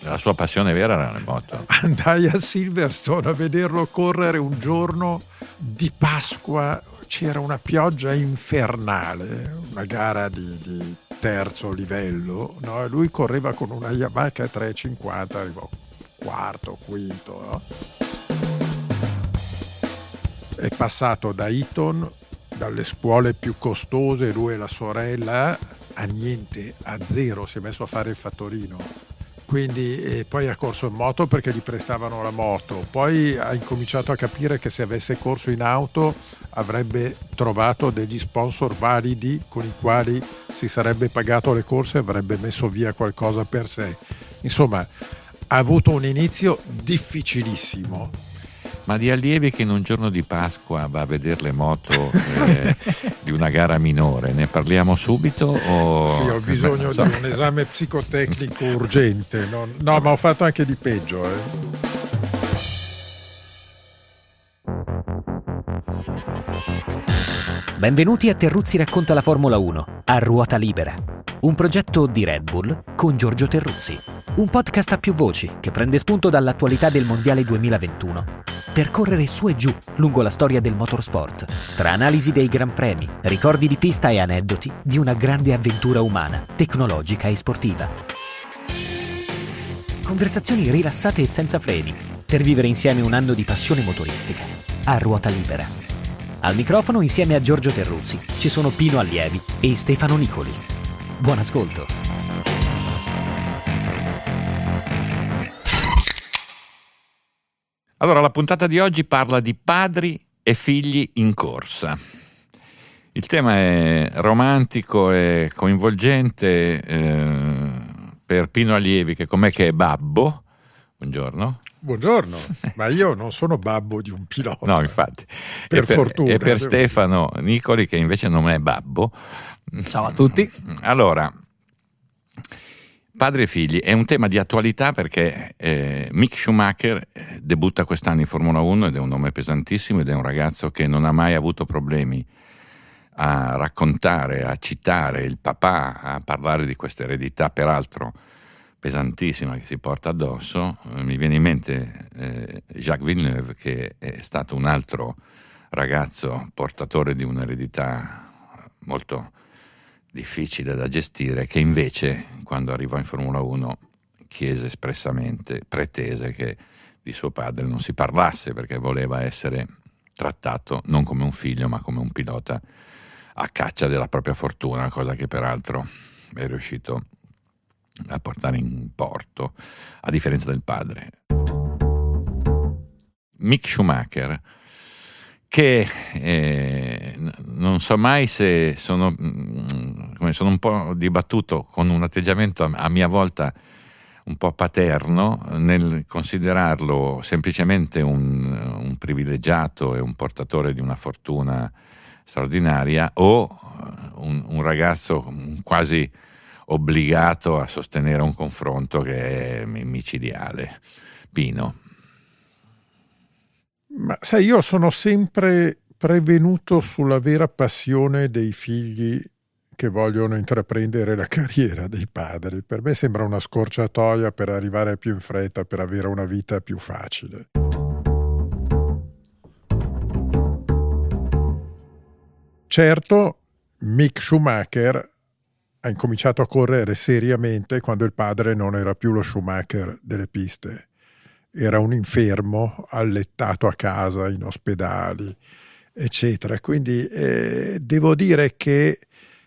La sua passione vera era le moto. Andai a Silverstone a vederlo correre un giorno di Pasqua, c'era una pioggia infernale, una gara di terzo livello, no? E lui correva con una Yamaha 350, arrivò quarto, quinto, no? È passato da Eton, dalle scuole più costose, lui e la sorella, a niente, a zero, si è messo a fare il fattorino. Quindi poi ha corso in moto perché gli prestavano la moto, poi ha incominciato a capire che se avesse corso in auto avrebbe trovato degli sponsor validi con i quali si sarebbe pagato le corse e avrebbe messo via qualcosa per sé. Insomma, ha avuto un inizio difficilissimo. Ma di allievi che in un giorno di Pasqua va a vedere le moto di una gara minore, ne parliamo subito? O... Sì, ho bisogno di un esame psicotecnico urgente. No, ma ho fatto anche di peggio. Benvenuti a Terruzzi racconta la Formula 1 a ruota libera, un progetto di Red Bull con Giorgio Terruzzi, un podcast a più voci che prende spunto dall'attualità del Mondiale 2021 per correre su e giù lungo la storia del motorsport, tra analisi dei gran premi, ricordi di pista e aneddoti di una grande avventura umana, tecnologica e sportiva. Conversazioni rilassate e senza freni per vivere insieme un anno di passione motoristica a ruota libera. Al microfono insieme a Giorgio Terruzzi ci sono Pino Allievi e Stefano Nicoli. Buon ascolto. Allora, la puntata di oggi parla di padri e figli in corsa. Il tema è romantico e coinvolgente per Pino Allievi, che com'è che è babbo. Buongiorno. Buongiorno, ma io non sono babbo di un pilota. No, infatti. Per fortuna. E per Stefano Nicoli, che invece non è babbo. Ciao a tutti. Allora, padri e figli è un tema di attualità perché Mick Schumacher debutta quest'anno in Formula 1 ed è un nome pesantissimo ed è un ragazzo che non ha mai avuto problemi a raccontare, a citare il papà, a parlare di questa eredità peraltro pesantissima che si porta addosso. Mi viene in mente Jacques Villeneuve, che è stato un altro ragazzo portatore di un'eredità molto difficile da gestire, che invece quando arrivò in Formula 1 chiese espressamente, pretese che di suo padre non si parlasse perché voleva essere trattato non come un figlio ma come un pilota a caccia della propria fortuna, cosa che peraltro è riuscito a portare in porto, a differenza del padre. Mick Schumacher, che non so mai se sono un po' dibattuto con un atteggiamento a mia volta un po' paterno nel considerarlo semplicemente un privilegiato e un portatore di una fortuna straordinaria o un ragazzo quasi obbligato a sostenere un confronto che è micidiale. Pino. Ma sai, io sono sempre prevenuto sulla vera passione dei figli che vogliono intraprendere la carriera dei padri. Per me sembra una scorciatoia per arrivare più in fretta, per avere una vita più facile. Certo, Mick Schumacher ha incominciato a correre seriamente quando il padre non era più lo Schumacher delle piste. Era un infermo allettato a casa, in ospedali, eccetera. Quindi devo dire che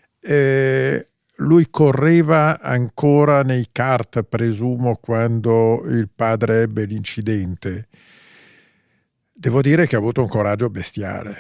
lui correva ancora nei kart, presumo, quando il padre ebbe l'incidente. Devo dire che ha avuto un coraggio bestiale.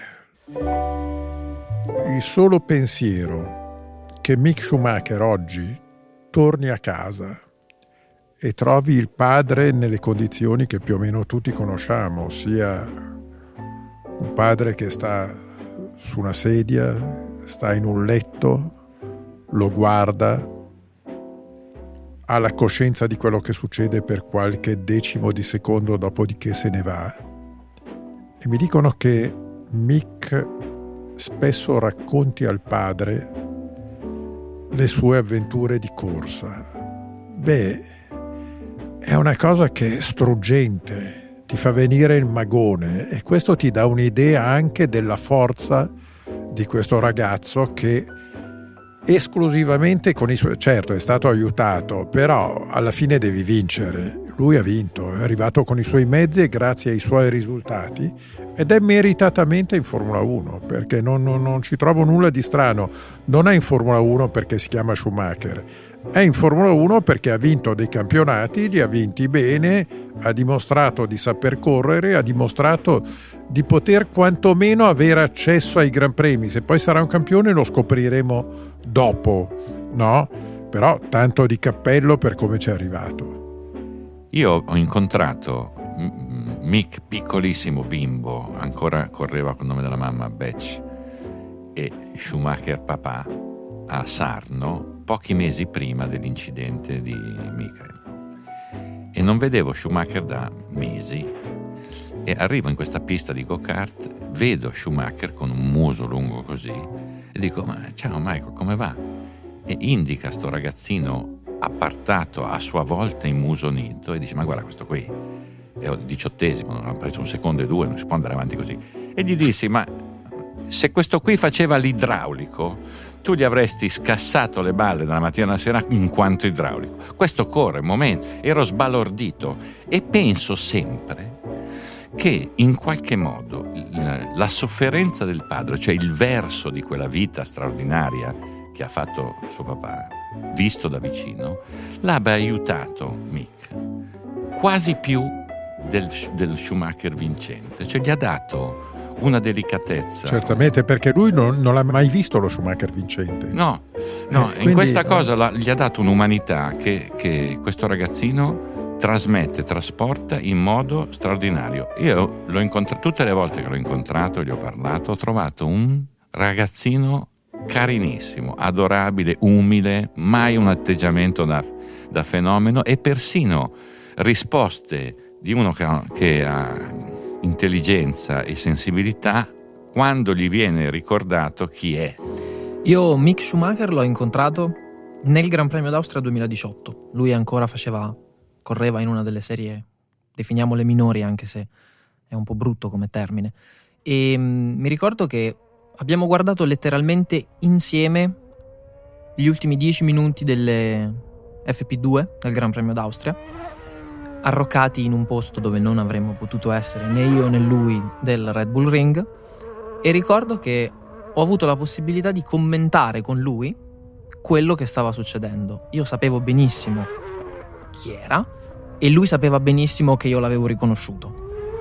Il solo pensiero che Mick Schumacher oggi torni a casa e trovi il padre nelle condizioni che più o meno tutti conosciamo, ossia un padre che sta su una sedia, sta in un letto, lo guarda, ha la coscienza di quello che succede per qualche decimo di secondo, dopodiché se ne va. E mi dicono che Mick spesso racconti al padre le sue avventure di corsa. Beh, è una cosa che è struggente, ti fa venire il magone, e questo ti dà un'idea anche della forza di questo ragazzo che esclusivamente con i suoi, certo è stato aiutato, però alla fine devi vincere. Lui ha vinto, è arrivato con i suoi mezzi e grazie ai suoi risultati, ed è meritatamente in Formula 1, perché non ci trovo nulla di strano. Non è in Formula 1 perché si chiama Schumacher, è in Formula 1 perché ha vinto dei campionati, li ha vinti bene, ha dimostrato di saper correre, ha dimostrato di poter quantomeno avere accesso ai Gran Premi. Se poi sarà un campione lo scopriremo dopo, no? Però tanto di cappello per come ci è arrivato. Io ho incontrato Mick, piccolissimo bimbo, ancora correva col nome della mamma Betch, e Schumacher papà a Sarno pochi mesi prima dell'incidente di Michael, e non vedevo Schumacher da mesi, e arrivo in questa pista di go-kart, vedo Schumacher con un muso lungo così e dico: ma ciao Michael, come va? E indica sto ragazzino appartato a sua volta immusonito e dice: ma guarda questo qui è 18esimo, non ha preso un secondo e 2, non si può andare avanti così. E gli dissi: ma se questo qui faceva l'idraulico tu gli avresti scassato le balle dalla mattina alla sera in quanto idraulico. Questo corre, momento, ero sbalordito, e penso sempre che in qualche modo la sofferenza del padre, cioè il verso di quella vita straordinaria che ha fatto suo papà, visto da vicino, l'abbia aiutato Mick quasi più del Schumacher vincente, cioè gli ha dato una delicatezza. Certamente, perché lui non l'ha mai visto lo Schumacher vincente. No, quindi, in questa cosa gli ha dato un'umanità che questo ragazzino trasmette, trasporta in modo straordinario. Io l'ho incontrato, tutte le volte che l'ho incontrato, gli ho parlato, ho trovato un ragazzino carinissimo, adorabile, umile, mai un atteggiamento da fenomeno, e persino risposte di uno che ha intelligenza e sensibilità quando gli viene ricordato chi è. Io Mick Schumacher l'ho incontrato nel Gran Premio d'Austria 2018. Lui ancora correva in una delle serie, definiamole minori, anche se è un po' brutto come termine, e mi ricordo che abbiamo guardato letteralmente insieme gli ultimi 10 minuti delle FP2 del Gran Premio d'Austria, arroccati in un posto dove non avremmo potuto essere né io né lui, del Red Bull Ring, e ricordo che ho avuto la possibilità di commentare con lui quello che stava succedendo. Io sapevo benissimo chi era e lui sapeva benissimo che io l'avevo riconosciuto.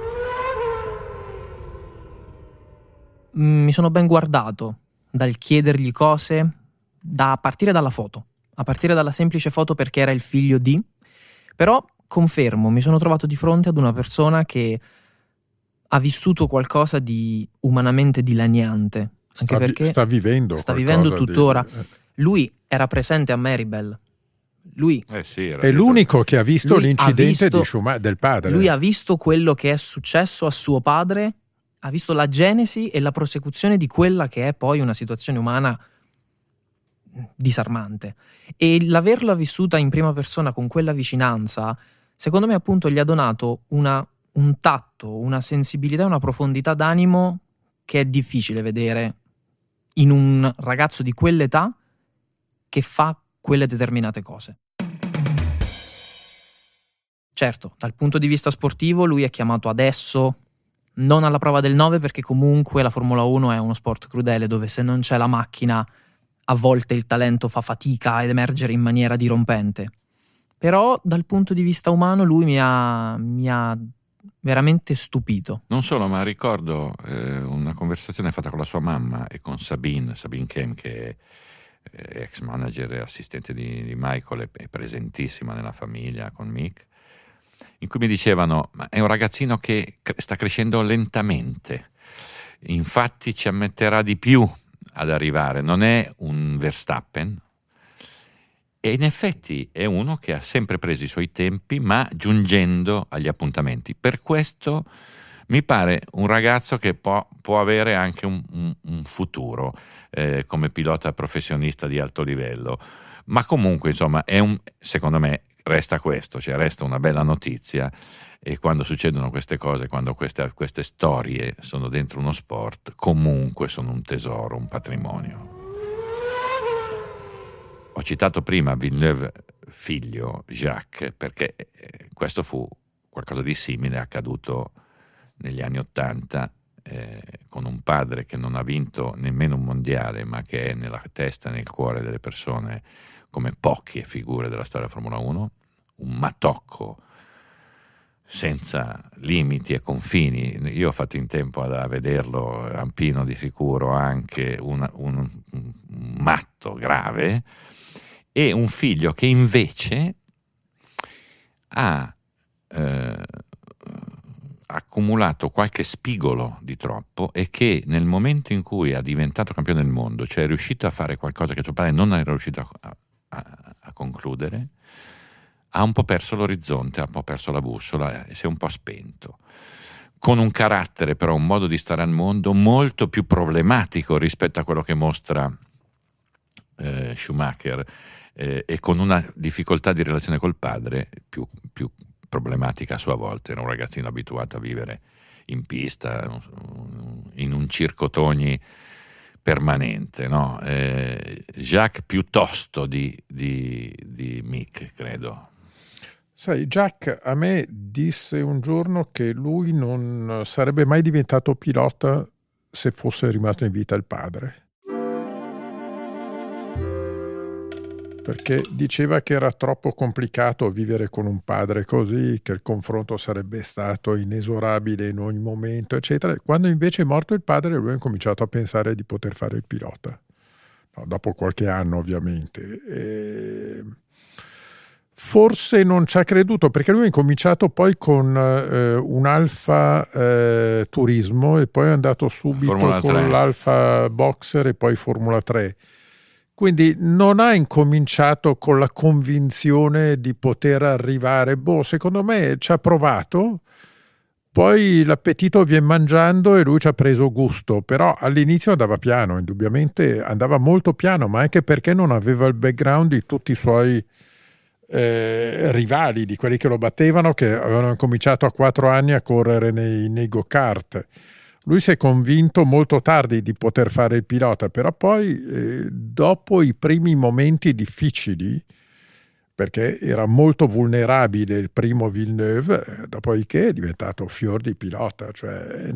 Mi sono ben guardato dal chiedergli cose, a partire dalla foto, a partire dalla semplice foto, perché era il figlio di. Però confermo, mi sono trovato di fronte ad una persona che ha vissuto qualcosa di umanamente dilaniante, anche perché sta vivendo tuttora. Lui era presente a Maribel. Lui è l'unico che ha visto l'incidente del padre. Lui ha visto quello che è successo a suo padre, ha visto la genesi e la prosecuzione di quella che è poi una situazione umana disarmante, e l'averla vissuta in prima persona con quella vicinanza, secondo me appunto gli ha donato un tatto, una sensibilità, una profondità d'animo che è difficile vedere in un ragazzo di quell'età che fa quelle determinate cose. Certo, dal punto di vista sportivo lui è chiamato adesso non alla prova del 9, perché comunque la Formula 1 è uno sport crudele dove se non c'è la macchina a volte il talento fa fatica ad emergere in maniera dirompente. Però dal punto di vista umano lui mi ha veramente stupito. Non solo, ma ricordo una conversazione fatta con la sua mamma e con Sabine Kem, che è ex manager e assistente di Michael, è presentissima nella famiglia con Mick, in cui mi dicevano: ma è un ragazzino che sta crescendo lentamente, infatti ci ammetterà di più ad arrivare, non è un Verstappen. E in effetti è uno che ha sempre preso i suoi tempi, ma giungendo agli appuntamenti. Per questo mi pare un ragazzo che può avere anche un futuro come pilota professionista di alto livello. Ma comunque, insomma, secondo me resta questo, cioè resta una bella notizia, e quando succedono queste cose, quando queste storie sono dentro uno sport, comunque sono un tesoro, un patrimonio. Ho citato prima Villeneuve figlio, Jacques, perché questo fu qualcosa di simile accaduto negli anni '80, con un padre che non ha vinto nemmeno un mondiale, ma che è nella testa e nel cuore delle persone come poche figure della storia della Formula 1, un matocco senza limiti e confini. Io ho fatto in tempo a vederlo, Rampino di sicuro anche, un matto grave, e un figlio che invece ha accumulato qualche spigolo di troppo, e che nel momento in cui è diventato campione del mondo, cioè è riuscito a fare qualcosa che suo padre non era riuscito a concludere, ha un po' perso l'orizzonte, ha un po' perso la bussola e si è un po' spento, con un carattere però, un modo di stare al mondo molto più problematico rispetto a quello che mostra Schumacher, e con una difficoltà di relazione col padre più problematica a sua volta. Era un ragazzino abituato a vivere in pista, in un circotogni permanente, no? Jacques piuttosto di Mick, credo. Sai, Jacques a me disse un giorno che lui non sarebbe mai diventato pilota se fosse rimasto in vita il padre, perché diceva che era troppo complicato vivere con un padre così, che il confronto sarebbe stato inesorabile in ogni momento, eccetera. Quando invece è morto il padre, lui ha incominciato a pensare di poter fare il pilota. No, dopo qualche anno, ovviamente. Forse non ci ha creduto, perché lui ha incominciato poi con un Alfa Turismo, e poi è andato subito con l'Alfa Boxer e poi Formula 3. Quindi non ha incominciato con la convinzione di poter arrivare. Secondo me ci ha provato, poi l'appetito viene mangiando e lui ci ha preso gusto, però all'inizio andava piano, indubbiamente andava molto piano, ma anche perché non aveva il background di tutti i suoi rivali, di quelli che lo battevano, che avevano cominciato a 4 anni a correre nei go-kart. Lui si è convinto molto tardi di poter fare il pilota, però poi dopo i primi momenti difficili, perché era molto vulnerabile il primo Villeneuve, dopodiché è diventato fior di pilota, cioè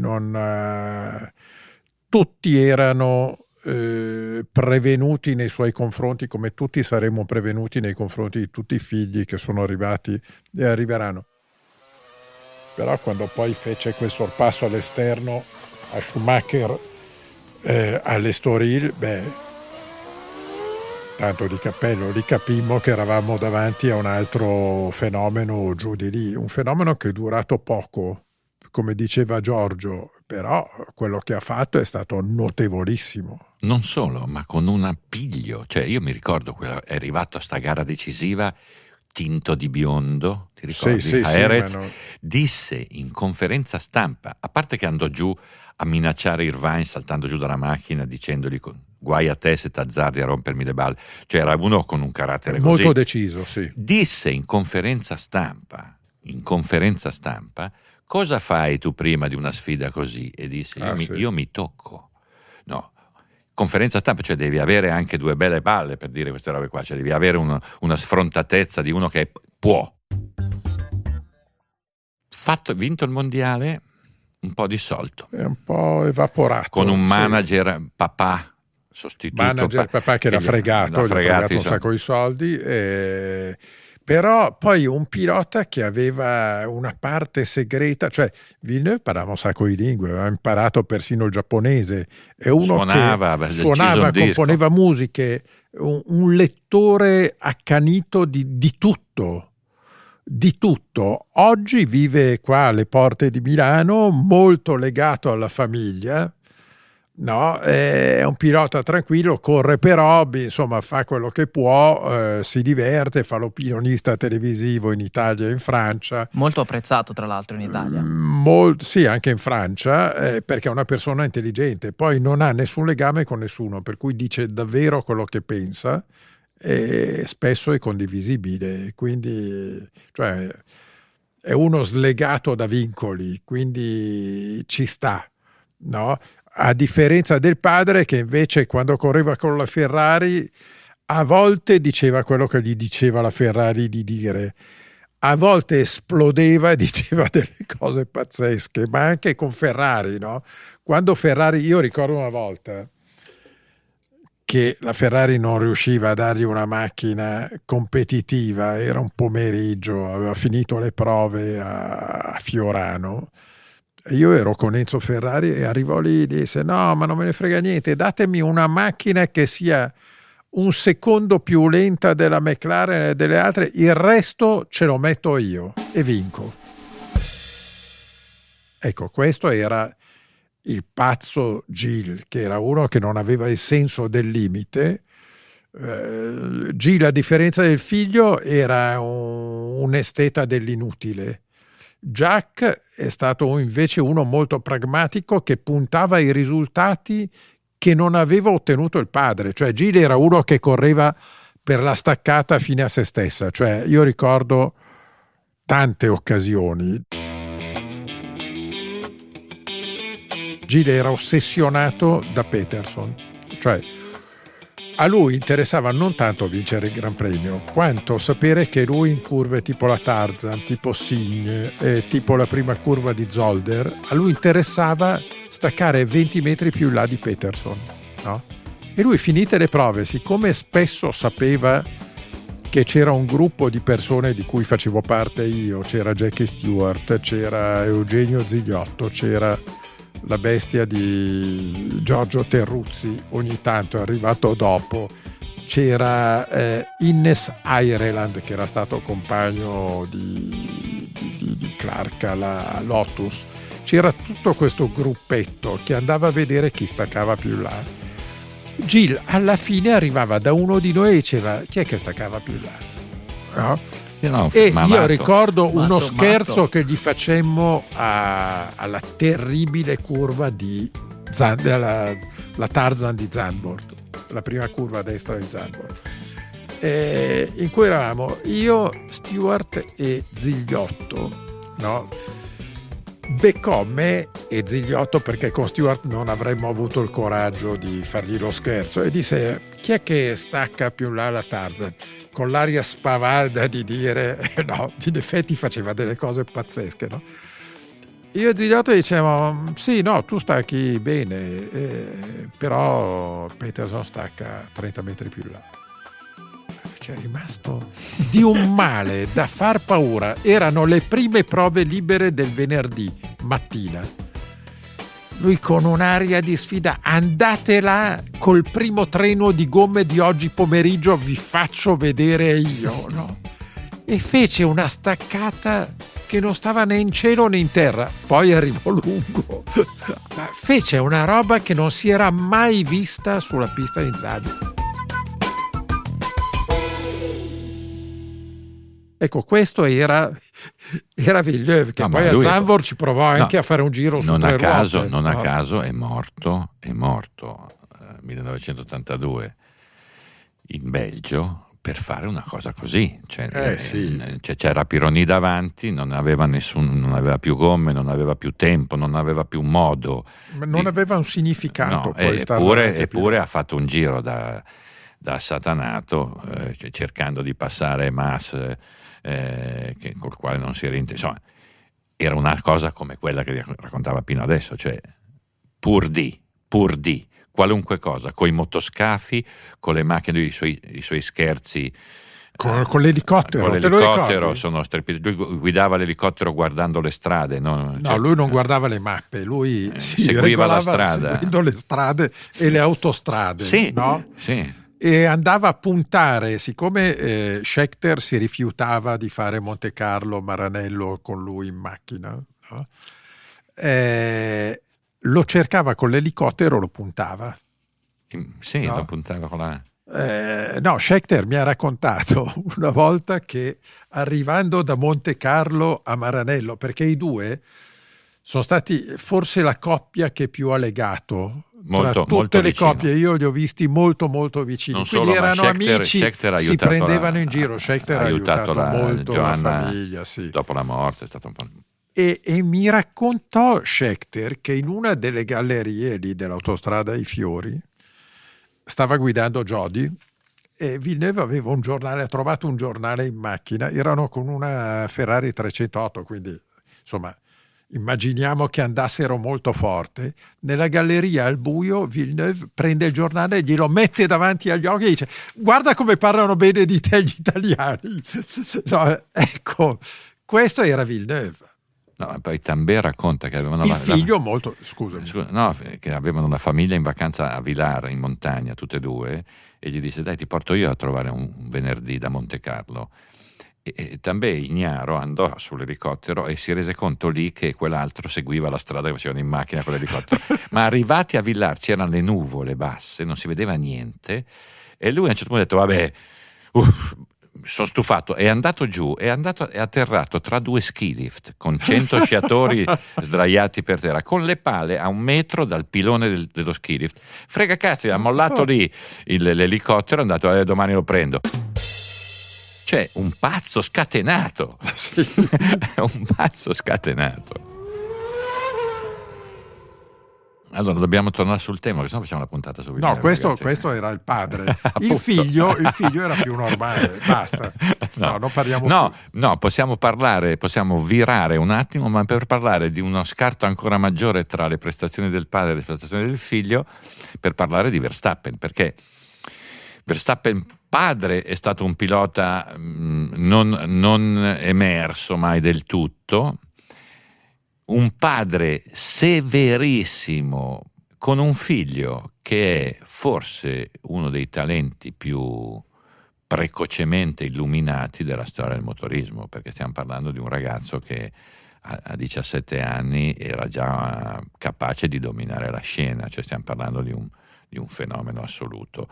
tutti erano prevenuti nei suoi confronti, come tutti saremo prevenuti nei confronti di tutti i figli che sono arrivati e arriveranno. Però quando poi fece quel sorpasso all'esterno a Schumacher all'Estoril, tanto di cappello, lì capimmo che eravamo davanti a un altro fenomeno giù di lì, un fenomeno che è durato poco, come diceva Giorgio, però quello che ha fatto è stato notevolissimo. Non solo, ma con un appiglio, cioè io mi ricordo, è arrivato a sta gara decisiva tinto di biondo, ti ricordi? Sì, a Erez, no. Disse in conferenza stampa, a parte che andò giù a minacciare Irvine saltando giù dalla macchina dicendogli guai a te se t'azzardi a rompermi le balle, cioè era uno con un carattere così. Molto deciso, sì. Disse in conferenza stampa, cosa fai tu prima di una sfida così? E disse, io mi tocco. No, conferenza stampa, cioè devi avere anche 2 belle balle per dire queste robe qua, cioè devi avere una sfrontatezza di uno che può. Vinto il mondiale, un po' dissolto. È un po' evaporato. Con un manager papà sostituto. Papà che l'ha fregato un sacco di soldi. Però poi un pilota che aveva una parte segreta, cioè Villeneuve parlava un sacco di lingue, aveva imparato persino il giapponese, è uno suonava, componeva musiche, un lettore accanito di tutto. Oggi vive qua alle porte di Milano, molto legato alla famiglia. No, è un pilota tranquillo, corre per hobby, insomma fa quello che può, si diverte, fa l'opinionista televisivo in Italia e in Francia. Molto apprezzato tra l'altro in Italia. Sì, anche in Francia, perché è una persona intelligente, poi non ha nessun legame con nessuno, per cui dice davvero quello che pensa e spesso è condivisibile, quindi cioè, è uno slegato da vincoli, quindi ci sta, no? A differenza del padre che invece quando correva con la Ferrari a volte diceva quello che gli diceva la Ferrari di dire, a volte esplodeva e diceva delle cose pazzesche, ma anche con Ferrari, no? Quando Ferrari, io ricordo una volta che la Ferrari non riusciva a dargli una macchina competitiva, era un pomeriggio, aveva finito le prove a Fiorano. Io ero con Enzo Ferrari e arrivò lì e disse: no, ma non me ne frega niente, datemi una macchina che sia un secondo più lenta della McLaren e delle altre, il resto ce lo metto io e vinco. Ecco, questo era il pazzo Gilles, che era uno che non aveva il senso del limite. Gilles, a differenza del figlio, era un esteta dell'inutile. Jacques è stato invece uno molto pragmatico che puntava ai risultati che non aveva ottenuto il padre. Cioè Gilles era uno che correva per la staccata fine a se stessa. Cioè io ricordo tante occasioni. Gilles era ossessionato da Peterson, cioè a lui interessava non tanto vincere il Gran Premio quanto sapere che lui in curve tipo la Tarzan, tipo Signe, tipo la prima curva di Zolder, a lui interessava staccare 20 metri più in là di Peterson, no? E lui, finite le prove, siccome spesso sapeva che c'era un gruppo di persone di cui facevo parte io, c'era Jackie Stewart, c'era Eugenio Zigliotto, c'era la bestia di Giorgio Terruzzi, ogni tanto è arrivato dopo, c'era Innes Ireland che era stato compagno di Clark alla Lotus, c'era tutto questo gruppetto che andava a vedere chi staccava più là. Gilles alla fine arrivava da uno di noi e diceva: chi è che staccava più là? No? No, e mamato, io ricordo uno scherzo matto. che gli facemmo alla terribile curva di la Tarzan di Zandvoort, la prima curva a destra di Zandvoort, in cui eravamo io, Stewart e Zigliotto, no? Beccò me e Zigliotto perché con Stewart non avremmo avuto il coraggio di fargli lo scherzo e disse: chi è che stacca più là la Tarzan? Con l'aria spavalda di dire no, in effetti faceva delle cose pazzesche, no? Io e Zigliotto dicevo: sì, no, tu stacchi bene, però Peterson stacca 30 metri più là. C'è rimasto di un male da far paura. Erano le prime prove libere del venerdì mattina. Lui con un'aria di sfida: andate là col primo treno di gomme di oggi pomeriggio, vi faccio vedere io, no? E fece una staccata che non stava né in cielo né in terra, poi arrivò lungo, ma fece una roba che non si era mai vista sulla pista di Zandvoort. Ecco, questo era Villeneuve, che poi a Zandvoort ci provò anche a fare un giro su tre ruote. Non a caso è morto 1982 in Belgio per fare una cosa così. Cioè, c'era Pironi davanti, non aveva più gomme, non aveva più tempo, non aveva più modo. Ma non aveva un significato. No, eppure ha fatto un giro da assatanato, cercando di passare Maas, col quale non si era insomma, era una cosa come quella che raccontava Pino adesso, cioè pur di qualunque cosa, con i motoscafi, con le macchine, i suoi scherzi, con l'elicottero, sono strepitosi. Lui guidava l'elicottero guardando le strade, no? No, lui non guardava le mappe, lui seguiva la strada, seguendo le strade e le autostrade, sì, no? Sì. E andava a puntare, siccome Scheckter si rifiutava di fare Monte Carlo Maranello con lui in macchina, no? Lo cercava con l'elicottero, lo puntava. Sì, no? Lo puntava con la... No, Scheckter mi ha raccontato una volta che arrivando da Monte Carlo a Maranello, perché i due sono stati forse la coppia che più ha legato molto, tutte molto le vicino. coppie io li ho visti molto molto vicini, Non quindi solo, ma erano Schechter amici, si prendevano in giro. Schechter ha aiutato molto Joanna, la famiglia, sì. Dopo la morte è stato un po'... E mi raccontò Schechter che in una delle gallerie lì dell'autostrada ai Fiori stava guidando Jody e Villeneuve aveva un giornale, ha trovato un giornale in macchina, erano con una Ferrari 308, quindi insomma immaginiamo che andassero molto forte. Nella galleria al buio Villeneuve prende il giornale e glielo mette davanti agli occhi e dice: guarda come parlano bene di te gli italiani. No, ecco, questo era Villeneuve. No, poi Tambè racconta che avevano il figlio molto, che avevano una famiglia in vacanza a Vilar in montagna, tutte e due, e gli disse: dai, ti porto io a trovare un venerdì da Monte Carlo. E Tambè, ignaro, andò sull'elicottero e si rese conto lì che quell'altro seguiva la strada che facevano in macchina con l'elicottero. Ma arrivati a Villar c'erano le nuvole basse, non si vedeva niente, e lui a un certo punto ha detto: vabbè, sono stufato, è andato giù, è atterrato tra due ski lift con 100 sciatori sdraiati per terra, con le pale a 1 metro dal pilone dello ski lift. Frega cazzo, ha mollato lì l'elicottero, è andato: domani lo prendo. Cioè, un pazzo scatenato. Sì. Un pazzo scatenato. Allora, dobbiamo tornare sul tema, perché sennò facciamo la puntata su Villeneuve. No, questo era il padre. il figlio era più normale, basta. No, non parliamo più. No, possiamo virare un attimo, ma per parlare di uno scarto ancora maggiore tra le prestazioni del padre e le prestazioni del figlio, per parlare di Verstappen, perché Verstappen padre è stato un pilota non emerso mai del tutto, un padre severissimo con un figlio che è forse uno dei talenti più precocemente illuminati della storia del motorismo, perché stiamo parlando di un ragazzo che a 17 anni era già capace di dominare la scena, cioè stiamo parlando di un fenomeno assoluto,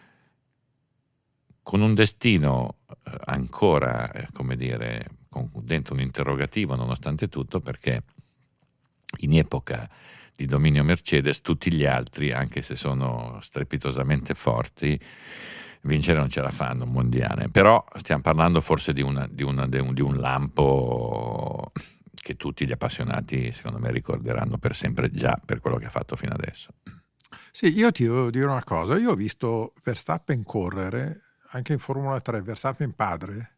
con un destino ancora, come dire, dentro un interrogativo nonostante tutto, perché in epoca di dominio Mercedes tutti gli altri, anche se sono strepitosamente forti, vincere non ce la fanno un mondiale. Però stiamo parlando forse di un lampo che tutti gli appassionati secondo me ricorderanno per sempre, già per quello che ha fatto fino adesso. Sì, io ti devo dire una cosa, io ho visto Verstappen correre anche in Formula 3, Verstappen padre,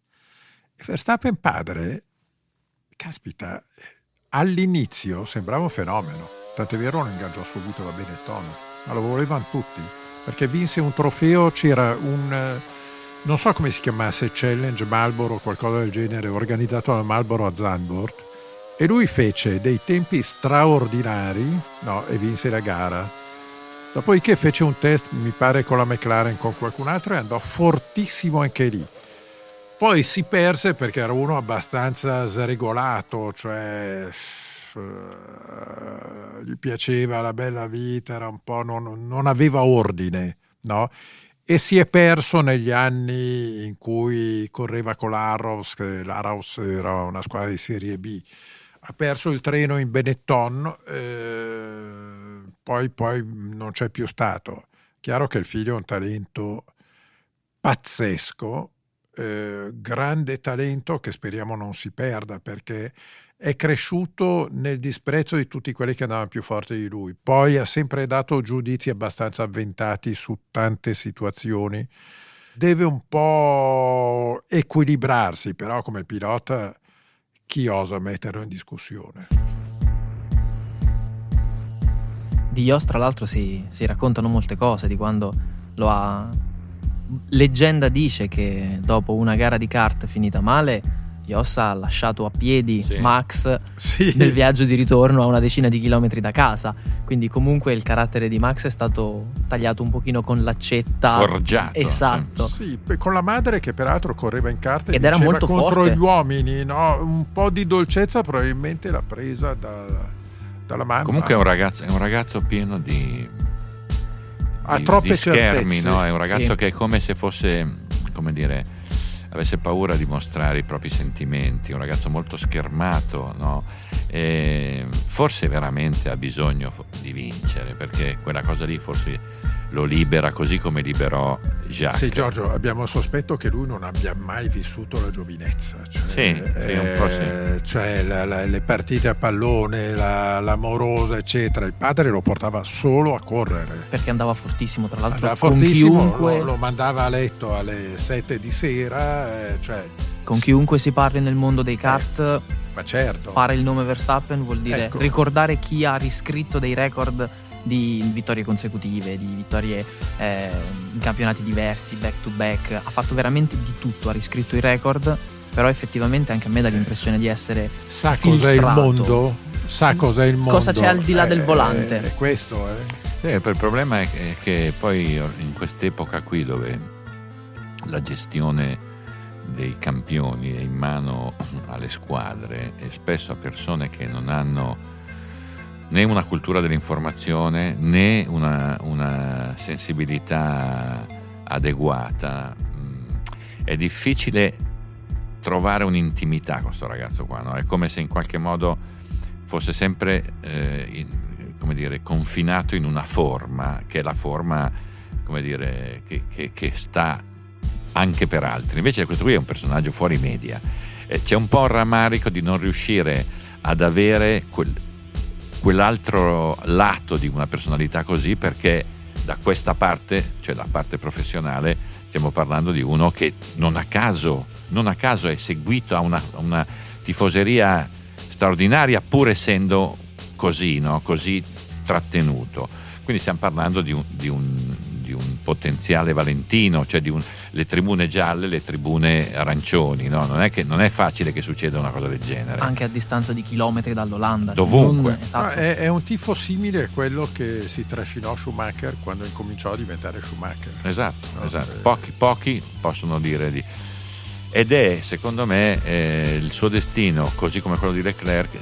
caspita, all'inizio sembrava un fenomeno, tant'è vero lo ingaggiò subito la Benetton, ma lo volevano tutti, perché vinse un trofeo, c'era non so come si chiamasse, Challenge Marlboro o qualcosa del genere, organizzato dal Marlboro a Zandvoort, e lui fece dei tempi straordinari, e vinse la gara. Dopodiché fece un test, mi pare con la McLaren, con qualcun altro, e andò fortissimo anche lì. Poi si perse perché era uno abbastanza sregolato, cioè gli piaceva la bella vita, era un po' non aveva ordine, no? E si è perso negli anni in cui correva con l'Arrows, che l'Arrows era una squadra di Serie B. Ha perso il treno in Benetton, poi non c'è più stato. Chiaro che il figlio è un talento pazzesco, grande talento che speriamo non si perda, perché è cresciuto nel disprezzo di tutti quelli che andavano più forti di lui. Poi ha sempre dato giudizi abbastanza avventati su tante situazioni. Deve un po' equilibrarsi, però come pilota chi osa metterlo in discussione? Di Jost, tra l'altro, si raccontano molte cose di quando lo ha. Leggenda dice che dopo una gara di kart finita male, Jost ha lasciato a piedi Max nel viaggio di ritorno a una decina di chilometri da casa. Quindi comunque il carattere di Max è stato tagliato un pochino con l'accetta, forgiato. Esatto. Sì, con la madre che peraltro correva in kart ed era molto contro forte. Gli uomini, no? Un po' di dolcezza probabilmente l'ha presa dalla mamma. Comunque è un ragazzo pieno di troppe schermi, certezze. no? È un ragazzo che è come se fosse, come dire, avesse paura di mostrare i propri sentimenti, un ragazzo molto schermato, no? E forse veramente ha bisogno di vincere, perché quella cosa lì forse lo libera, così come liberò Jacques. Sì, Giorgio, abbiamo il sospetto che lui non abbia mai vissuto la giovinezza, cioè, un po' sì. Cioè le partite a pallone, l'amorosa eccetera, il padre lo portava solo a correre, perché andava fortissimo, tra l'altro, andava con fortissimo, chiunque lo mandava a letto alle 7 di sera, con chiunque si parli nel mondo dei kart. Ma certo, fare il nome Verstappen vuol dire ricordare chi ha riscritto dei record di vittorie consecutive, di vittorie in campionati diversi, back to back. Ha fatto veramente di tutto, ha riscritto i record, però effettivamente anche a me dà l'impressione di essere sa cos'è il mondo, cosa c'è al di là del volante. È questo, il problema è che poi in quest'epoca qui, dove la gestione dei campioni è in mano alle squadre e spesso a persone che non hanno né una cultura dell'informazione né una sensibilità adeguata, è difficile trovare un'intimità con questo ragazzo qua, no? È come se in qualche modo fosse sempre confinato in una forma, che è la forma, come dire, che sta anche per altri. Invece questo qui è un personaggio fuori media, c'è un po' il rammarico di non riuscire ad avere quell'altro lato di una personalità così, perché da questa parte, cioè la parte professionale, stiamo parlando di uno che non a caso è seguito a una tifoseria straordinaria, pur essendo così, no? Così trattenuto. Quindi stiamo parlando di un potenziale Valentino, cioè le tribune gialle, le tribune arancioni, no? Non è facile che succeda una cosa del genere. Anche a distanza di chilometri dall'Olanda. Dovunque. No, è un tifo simile a quello che si trascinò Schumacher quando incominciò a diventare Schumacher. Esatto, no? Esatto. Pochi possono dire di... Ed è, secondo me, il suo destino, così come quello di Leclerc,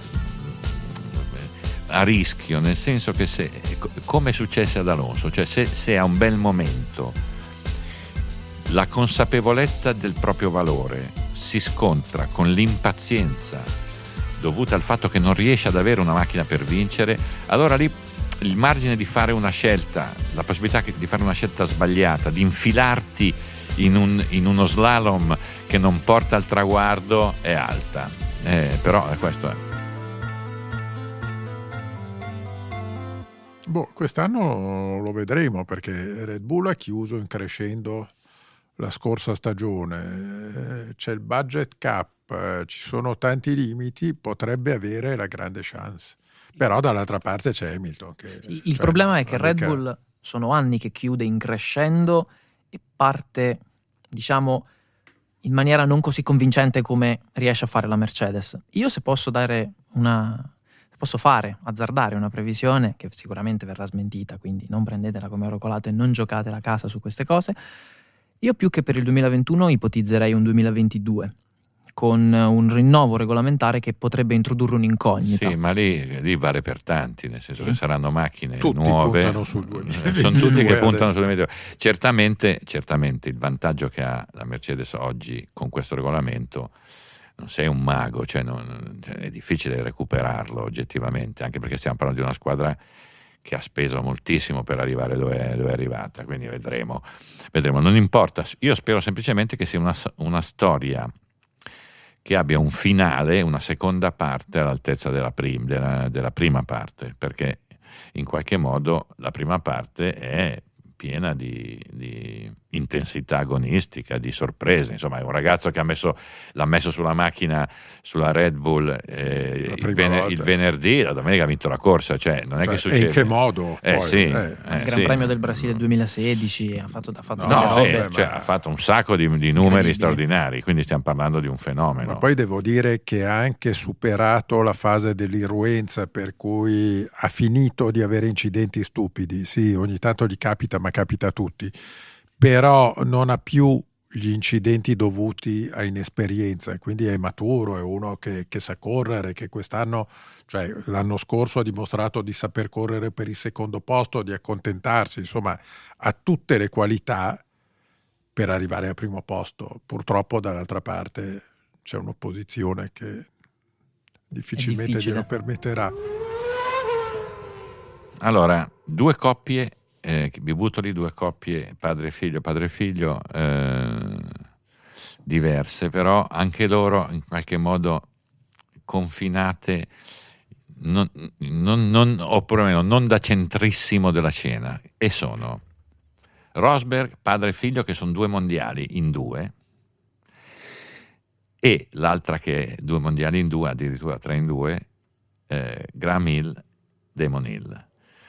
a rischio, nel senso che come successe ad Alonso, cioè se a un bel momento la consapevolezza del proprio valore si scontra con l'impazienza dovuta al fatto che non riesce ad avere una macchina per vincere, allora lì il margine di fare una scelta, la possibilità di fare una scelta sbagliata, di infilarti in uno slalom che non porta al traguardo è alta, però questo è. Quest'anno lo vedremo, perché Red Bull ha chiuso in crescendo la scorsa stagione, c'è il budget cap, ci sono tanti limiti, potrebbe avere la grande chance, però dall'altra parte c'è Hamilton il problema è che Red Bull sono anni che chiude in crescendo e parte, diciamo, in maniera non così convincente come riesce a fare la Mercedes. Io se posso azzardare una previsione che sicuramente verrà smentita, quindi non prendetela come oro colato e non giocate la casa su queste cose. Io più che per il 2021 ipotizzerei un 2022 con un rinnovo regolamentare che potrebbe introdurre un'incognita. Sì, ma lì vale per tanti, nel senso che saranno macchine tutti nuove. Puntano sul 2022. Sono tutti che puntano sul 2022. Certamente il vantaggio che ha la Mercedes oggi con questo regolamento, non sei un mago, cioè è difficile recuperarlo oggettivamente, anche perché stiamo parlando di una squadra che ha speso moltissimo per arrivare dove è arrivata, quindi vedremo. Non importa, io spero semplicemente che sia una storia che abbia un finale, una seconda parte all'altezza della prima parte, perché in qualche modo la prima parte è piena di intensità agonistica, di sorprese. Insomma, è un ragazzo che l'ha messo sulla macchina, sulla Red Bull il venerdì, la domenica ha vinto la corsa, cioè non è che succede. E in che modo? Il Gran Premio del Brasile 2016 ha fatto ha fatto un sacco di numeri straordinari, quindi stiamo parlando di un fenomeno. Ma poi devo dire che ha anche superato la fase dell'irruenza, per cui ha finito di avere incidenti stupidi. Sì, ogni tanto gli capita, ma capita a tutti, però non ha più gli incidenti dovuti a inesperienza, quindi è maturo, è uno che sa correre, che quest'anno, cioè l'anno scorso, ha dimostrato di saper correre per il secondo posto, di accontentarsi, insomma ha tutte le qualità per arrivare al primo posto. Purtroppo dall'altra parte c'è un'opposizione che difficilmente glielo permetterà. Allora, due coppie, vi butto lì due coppie padre e figlio, diverse, però anche loro in qualche modo confinate, o perlomeno non da centrissimo della scena, e sono Rosberg, padre e figlio, che sono 2 mondiali in 2, e l'altra che è 2 mondiali in 2, addirittura 3 in 2, Graham Hill, Damon Hill.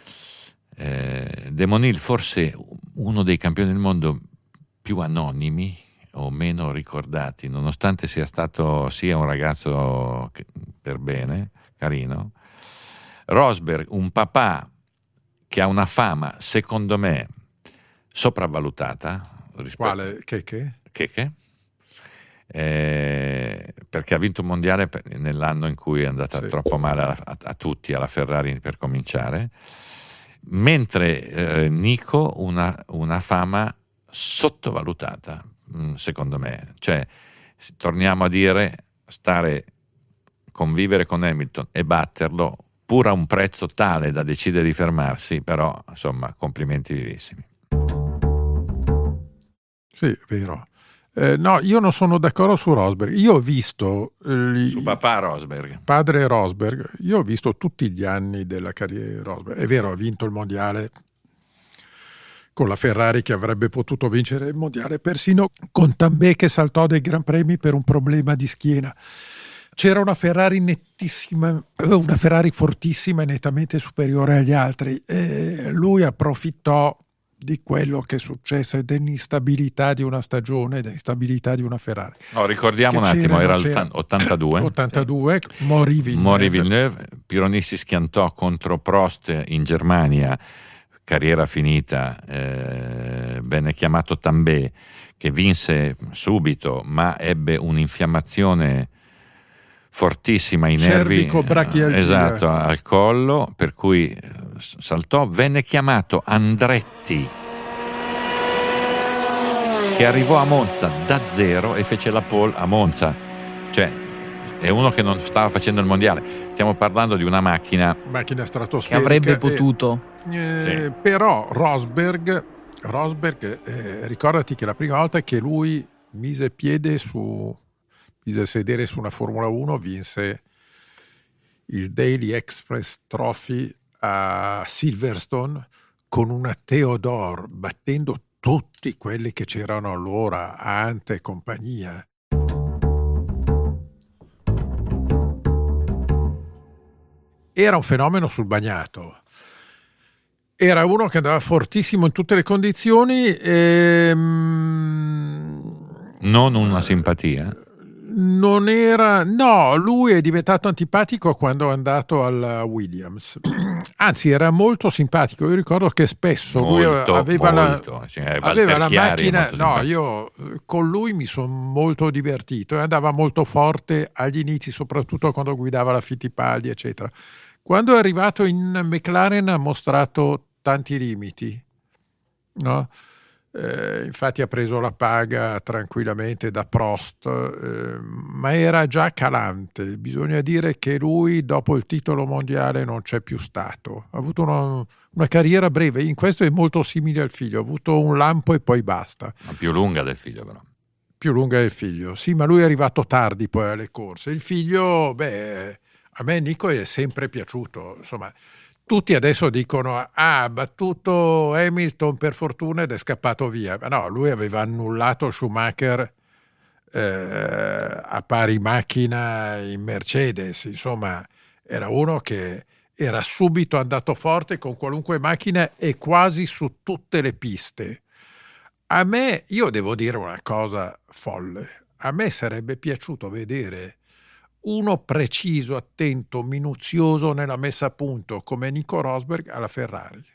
Damon Hill forse uno dei campioni del mondo più anonimi o meno ricordati, nonostante sia un ragazzo per bene, carino. Rosberg, un papà che ha una fama, secondo me, sopravvalutata. Quale? Che? Perché ha vinto un mondiale nell'anno in cui è andata troppo male a tutti, alla Ferrari per cominciare, mentre Nico una fama sottovalutata, secondo me. Cioè, torniamo a dire, convivere con Hamilton e batterlo pur a un prezzo tale da decidere di fermarsi, però insomma, complimenti vivissimi. Sì, è vero. No, io non sono d'accordo su Rosberg. Io ho visto su papà Rosberg, padre Rosberg. Io ho visto tutti gli anni della carriera di Rosberg. È vero, ha vinto il mondiale con la Ferrari, che avrebbe potuto vincere il mondiale persino con Tambay, che saltò dei Gran Premi per un problema di schiena. C'era una Ferrari nettissima, una Ferrari fortissima e nettamente superiore agli altri, e lui approfittò di quello che è successo e dell'instabilità di una stagione, dell'instabilità di una Ferrari. No, ricordiamo un attimo, era l'82. 82, morì Villeneuve. Pironi si schiantò contro Prost in Germania, carriera finita, venne chiamato Tambay, che vinse subito, ma ebbe un'infiammazione fortissima ai nervi, esatto, al collo, per cui saltò. Venne chiamato Andretti, che arrivò a Monza da zero e fece la pole a Monza. Cioè, è uno che non stava facendo il mondiale. Stiamo parlando di una macchina stratosferica che avrebbe potuto. Sì. Però Rosberg, ricordati che la prima volta che lui mise sedere su una Formula 1, vinse il Daily Express Trophy a Silverstone con una Theodore, battendo tutti quelli che c'erano allora, Ante e compagnia. Era un fenomeno sul bagnato. Era uno che andava fortissimo in tutte le condizioni. Non una simpatia. Non era, no, lui è diventato antipatico quando è andato alla Williams. Anzi, era molto simpatico. Io ricordo che spesso lui aveva la macchina. No, io con lui mi sono molto divertito e andava molto forte agli inizi, soprattutto quando guidava la Fittipaldi, eccetera. Quando è arrivato in McLaren ha mostrato tanti limiti, no? Infatti ha preso la paga tranquillamente da Prost, ma era già calante. Bisogna dire che lui dopo il titolo mondiale non c'è più stato. Ha avuto una carriera breve, in questo è molto simile al figlio, ha avuto un lampo e poi basta. Ma più lunga del figlio, però. Più lunga del figlio, sì, ma lui è arrivato tardi poi alle corse. Il figlio, a me Nico è sempre piaciuto, insomma. Tutti adesso dicono ha battuto Hamilton per fortuna ed è scappato via. Ma no, lui aveva annullato Schumacher a pari macchina in Mercedes. Insomma, era uno che era subito andato forte con qualunque macchina e quasi su tutte le piste. Io devo dire una cosa folle. A me sarebbe piaciuto vedere uno preciso, attento, minuzioso nella messa a punto come Nico Rosberg alla Ferrari.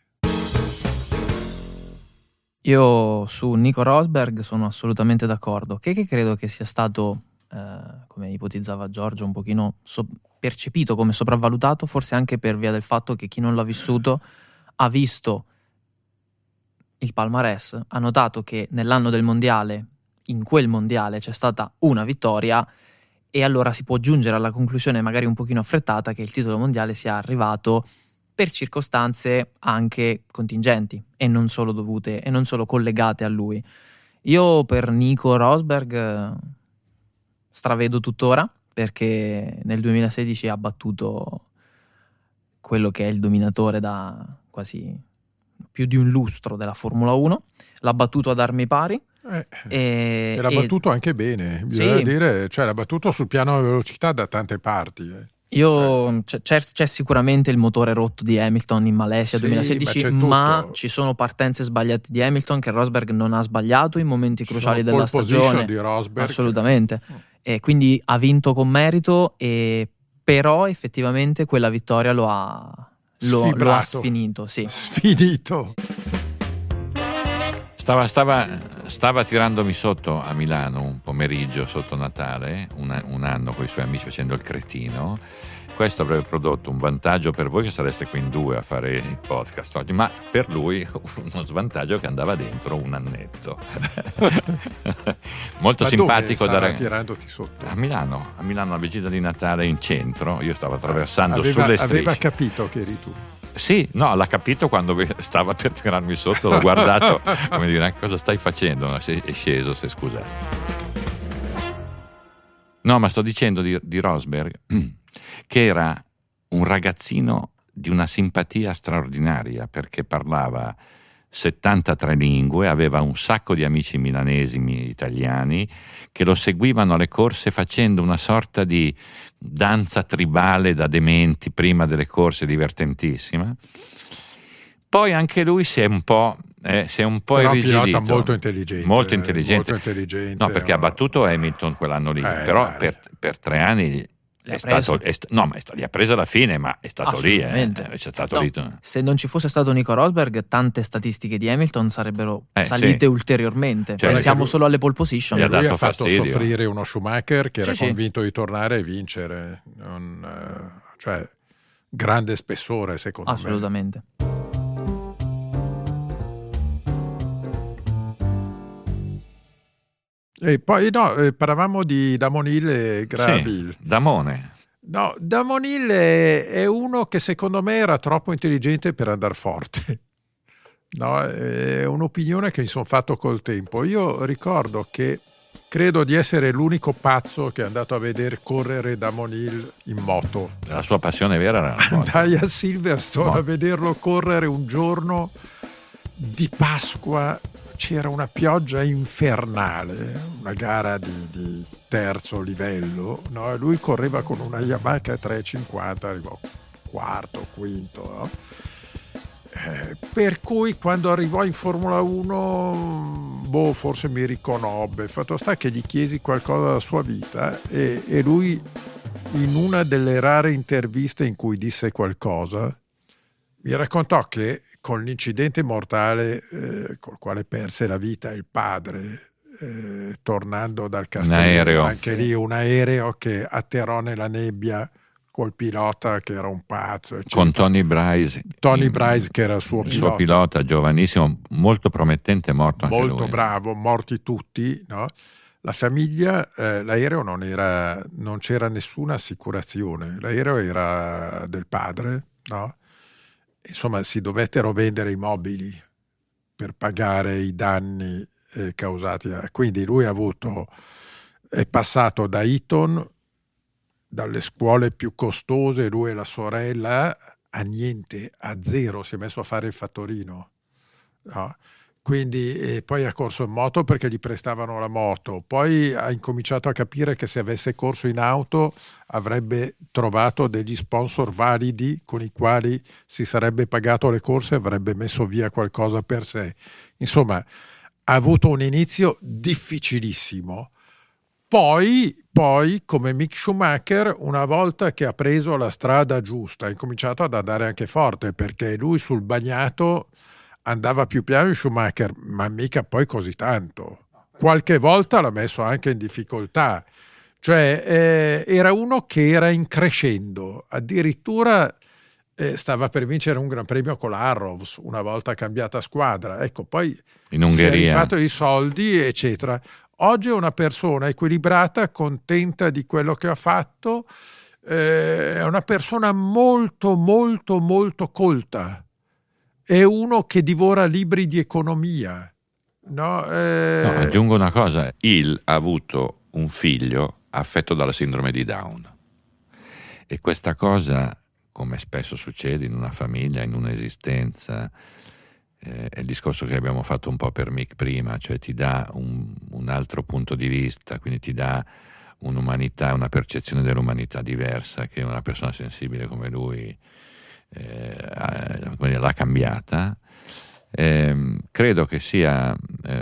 Io su Nico Rosberg sono assolutamente d'accordo, che credo che sia stato, come ipotizzava Giorgio, un pochino percepito come sopravvalutato, forse anche per via del fatto che chi non l'ha vissuto ha visto il palmarès, ha notato che nell'anno del mondiale, in quel mondiale c'è stata una vittoria, e allora si può giungere alla conclusione magari un pochino affrettata che il titolo mondiale sia arrivato per circostanze anche contingenti e non solo dovute e non solo collegate a lui. Io per Nico Rosberg stravedo tuttora, perché nel 2016 ha battuto quello che è il dominatore da quasi più di un lustro della Formula 1, l'ha battuto ad armi pari. E l'ha battuto anche bene, bisogna dire, cioè l'ha battuto sul piano della velocità da tante parti. C'è sicuramente il motore rotto di Hamilton in Malesia 2016, ma ci sono partenze sbagliate di Hamilton che Rosberg non ha sbagliato in momenti cruciali della stagione. Di Rosberg. Assolutamente. E quindi ha vinto con merito, però effettivamente quella vittoria lo ha sfinito. Sì. Sfinito. Stava tirandomi sotto a Milano un pomeriggio sotto Natale, un anno con i suoi amici facendo il cretino. Questo avrebbe prodotto un vantaggio per voi che sareste qui in 2 a fare il podcast oggi, ma per lui uno svantaggio che andava dentro un annetto. Molto ma simpatico. Dove stava tirandoti sotto? A Milano, alla vigilia di Natale in centro. Io stavo attraversando sulle strisce. Aveva capito che eri tu. Sì, no, l'ha capito quando stava per tirarmi sotto, l'ho guardato come dire, cosa stai facendo? È sceso, si è scusato. No, ma sto dicendo di Rosberg che era un ragazzino di una simpatia straordinaria, perché parlava 73 lingue, aveva un sacco di amici milanesi italiani che lo seguivano alle corse facendo una sorta di danza tribale da dementi prima delle corse, divertentissima. Poi anche lui si è un po' però irrigidito. Un pilota molto intelligente. No, perché ha battuto Hamilton quell'anno lì, però per 3 anni li ha preso alla fine, ma è stato lì. Se non ci fosse stato Nico Rosberg, tante statistiche di Hamilton sarebbero salite ulteriormente. Pensiamo solo alle pole position. Lui ha fatto soffrire uno Schumacher che era convinto di tornare e vincere. Grande spessore, secondo me. Assolutamente. E poi parlavamo di Damon Hill e Graham Hill. Damone. No, Damon Hill è uno che secondo me era troppo intelligente per andare forte. No, è un'opinione che mi sono fatto col tempo. Io ricordo che credo di essere l'unico pazzo che è andato a vedere correre Damon Hill in moto. La sua passione vera era la moto. Andai a Silverstone a vederlo correre un giorno di Pasqua. C'era una pioggia infernale, una gara di terzo livello, no? E lui correva con una Yamaha 350, arrivò quarto, quinto, no? Per cui quando arrivò in Formula 1, forse mi riconobbe. Fatto sta che gli chiesi qualcosa della sua vita e lui, in una delle rare interviste in cui disse qualcosa, mi raccontò che con l'incidente mortale col quale perse la vita il padre, tornando dal castello, anche lì un aereo che atterrò nella nebbia col pilota che era un pazzo, eccetera. Con Tony Bryce che era il suo pilota, giovanissimo, molto promettente, morto anche molto lui. Bravo, morti tutti, no? La famiglia, l'aereo non c'era nessuna assicurazione, l'aereo era del padre, no? Insomma, si dovettero vendere i mobili per pagare i danni causati. Quindi lui è passato da Eton, dalle scuole più costose, lui e la sorella, a niente, a zero, si è messo a fare il fattorino. No? Quindi poi ha corso in moto perché gli prestavano la moto, poi ha incominciato a capire che se avesse corso in auto avrebbe trovato degli sponsor validi con i quali si sarebbe pagato le corse e avrebbe messo via qualcosa per sé. Insomma, ha avuto un inizio difficilissimo. Poi, come Mick Schumacher, una volta che ha preso la strada giusta, ha incominciato ad andare anche forte, perché lui sul bagnato andava più piano di Schumacher, ma mica poi così tanto. Qualche volta l'ha messo anche in difficoltà. Cioè, era uno che era in crescendo. Addirittura stava per vincere un Gran Premio con l'Arrows una volta cambiata squadra, ecco, poi in Ungheria si è fatto i soldi eccetera. Oggi è una persona equilibrata, contenta di quello che ha fatto, è una persona molto molto molto colta, è uno che divora libri di economia, no? No, aggiungo una cosa, Hill ha avuto un figlio affetto dalla sindrome di Down, e questa cosa, come spesso succede in una famiglia, in un'esistenza, è il discorso che abbiamo fatto un po' per Mick prima, cioè ti dà un altro punto di vista, quindi ti dà un'umanità, una percezione dell'umanità diversa che una persona sensibile come lui l'ha cambiata. Credo che sia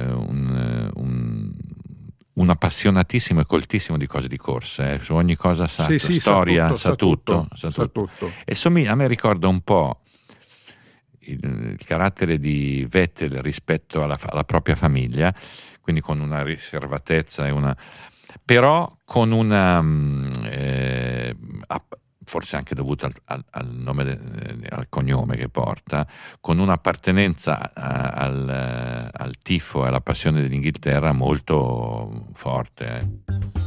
un appassionatissimo e coltissimo di cose di corse, su ogni cosa sa, storia, sa tutto. E a me ricorda un po' il carattere di Vettel rispetto alla propria famiglia, quindi con una riservatezza però con una forse anche dovuta al nome, al cognome che porta, con un'appartenenza al tifo e alla passione dell'Inghilterra molto forte.